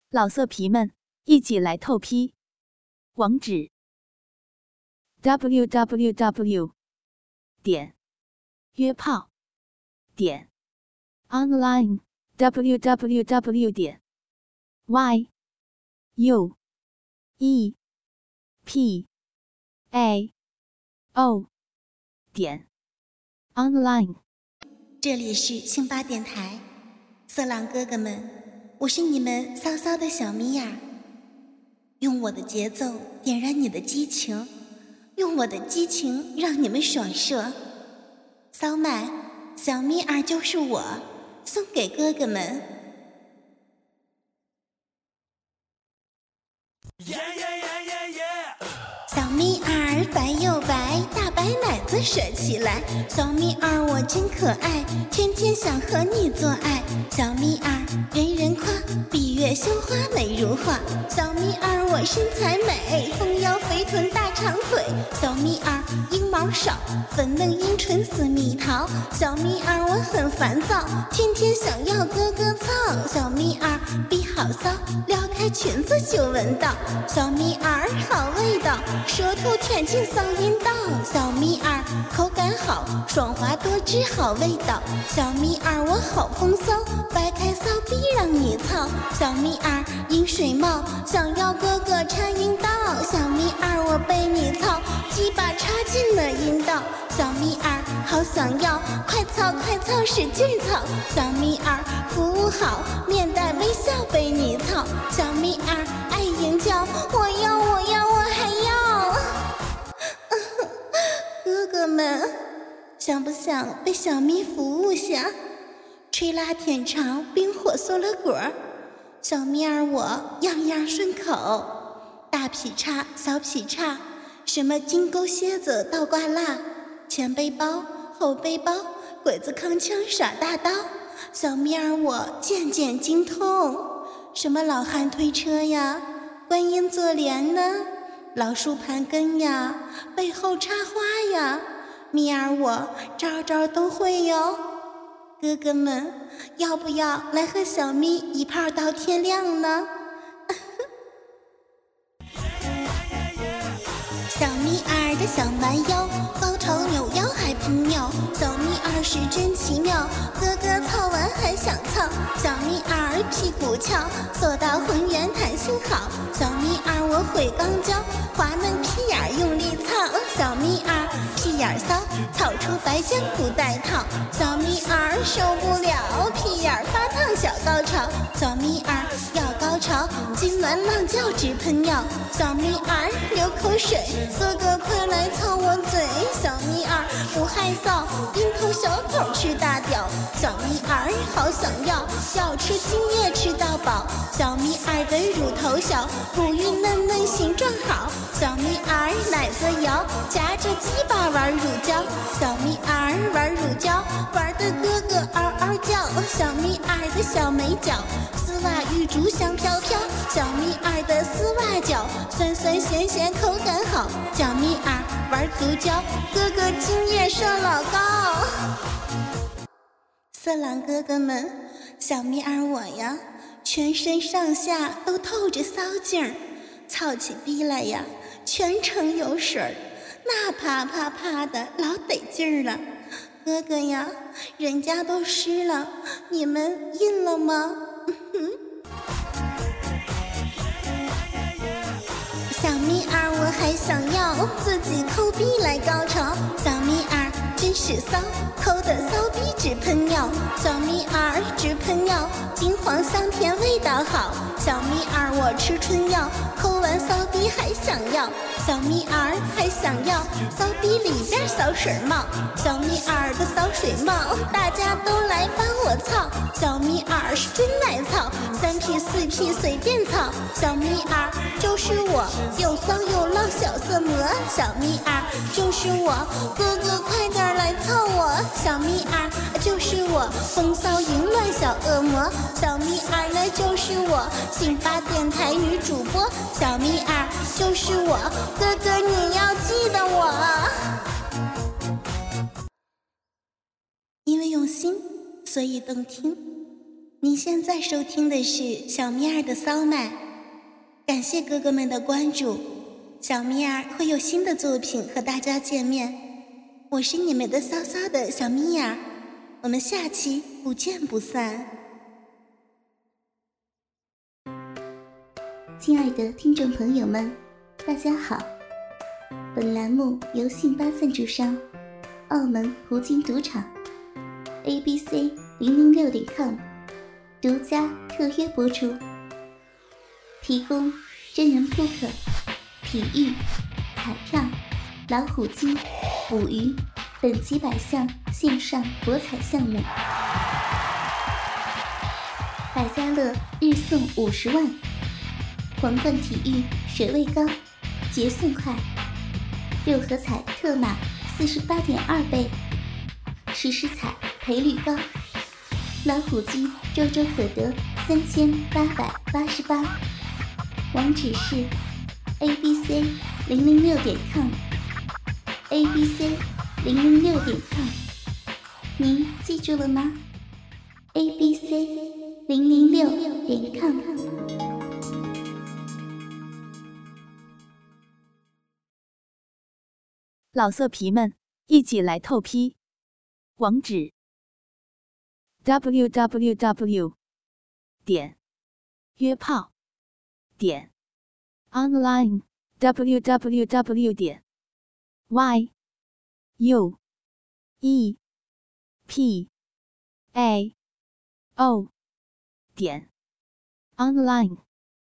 老色皮们，一起来透批！网址 www.约炮online www.yuepao.online。 这里是星巴电台，色狼哥哥们，我是你们骚骚的小米娅，用我的节奏点燃你的激情，用我的激情让你们爽射。骚麦，小米儿就是我，送给哥哥们。小米儿白又白，大白奶子甩起来。小米儿我真可爱，天天想和你做爱。小米儿人人夸，闭月羞花美如画。小米儿我身材美，丰腰肥臀大长腿。小米儿阴毛少，粉嫩阴唇似蜜桃。小米儿我很烦躁，天天想要哥哥操。小米儿逼好骚，撩开裙子就闻到。小米儿好味道，舌头舔进骚阴道。小米儿口感好，爽滑多汁好味道。小米儿我好风骚，掰开骚逼让你操。小米儿饮水冒，想要哥哥插阴道。小米儿我被你操，鸡巴插进了阴道。小米儿好想要，快操快操使劲操。小米儿服务好，面带微笑被你操。小米儿爱淫叫，我要我要我还要。哥哥们，想不想被小咪服务下？吹拉舔肠，冰火嗦了果儿，小咪儿我样样顺口。大劈叉，小劈叉，什么金钩蝎子倒挂蜡，前背包，后背包，鬼子铿锵耍大刀。小咪儿我件件精通，什么老汉推车呀，观音坐莲呢，老树盘根呀，背后插花呀，咪儿我招招都会哟。哥哥们，要不要来和小咪一炮到天亮呢？小咪儿的小蛮腰，高潮扭腰还喷尿。小咪儿是真奇妙，哥哥操完还想操。小咪儿屁股翘，做到浑圆弹性好。小咪儿我会肛交，滑嫩屁眼用力操。小咪儿屁眼骚，操出白浆不带套。小咪儿受不了，屁眼发烫小高潮。小咪儿要高潮，痉挛浪叫直喷尿。小咪儿流口水，哥哥快来操我嘴。小咪儿不害臊，樱头小口吃大屌。小咪儿好想要，要吃精液吃到饱。小咪儿的乳头小，哺育嫩嫩形状好。小咪儿奶子摇，夹着鸡巴玩乳胶。小咪儿玩乳胶，玩的哥哥嗷嗷叫。小咪儿的小美脚，丝袜玉竹香飘飘。小咪儿的丝袜脚，酸酸咸咸口感好。小咪儿玩足胶，哥哥精液射老高。色狼哥哥们，小咪儿我呀，全身上下都透着骚劲儿，操起逼来呀，全程有水儿，那啪啪啪的老得劲儿了。哥哥呀，人家都湿了，你们硬了吗？小咪儿我还想要自己抠逼来高潮。小咪儿真是骚，抠的骚逼直喷尿。小咪儿直喷尿，金黄香甜味道好。小咪儿我吃春药，抠完骚逼还想要。小咪儿还想要骚逼里边骚水冒。小咪儿的骚水冒，大家都来帮我操。小咪儿是真耐操，3屁4屁随便操。小咪儿就是我，又骚又浪小色魔。小咪儿就是我，哥哥快点来操我。小咪儿就是我，风骚淫乱小恶魔。小咪儿呢就是我，星巴电台女主播。小咪儿就是我，哥哥你要记得我。因为用心，所以动听。 您现在收听的是小咪儿的骚麦，感谢哥哥们的关注，小咪儿会有新的作品和大家见面。我是你们的骚骚的小咪儿，我们下期不见不散。 亲爱的听众朋友们，大家好，本栏目由信吧赞助商澳门葡京赌场 ABC006.com 独家特约播出，提供真人扑克、体育、彩票、老虎机、捕鱼等几百项线上博彩项目，百家乐日送50万，皇冠体育水位高，结算快，六合彩特码48.2倍，实时彩赔率高，老虎机周周可得3888，网址是 ABC006.com ABC006.com， 您记住了吗？ ABC006.com。 老色皮们，一起来透批！网址 www.约炮.online www.yuepao.online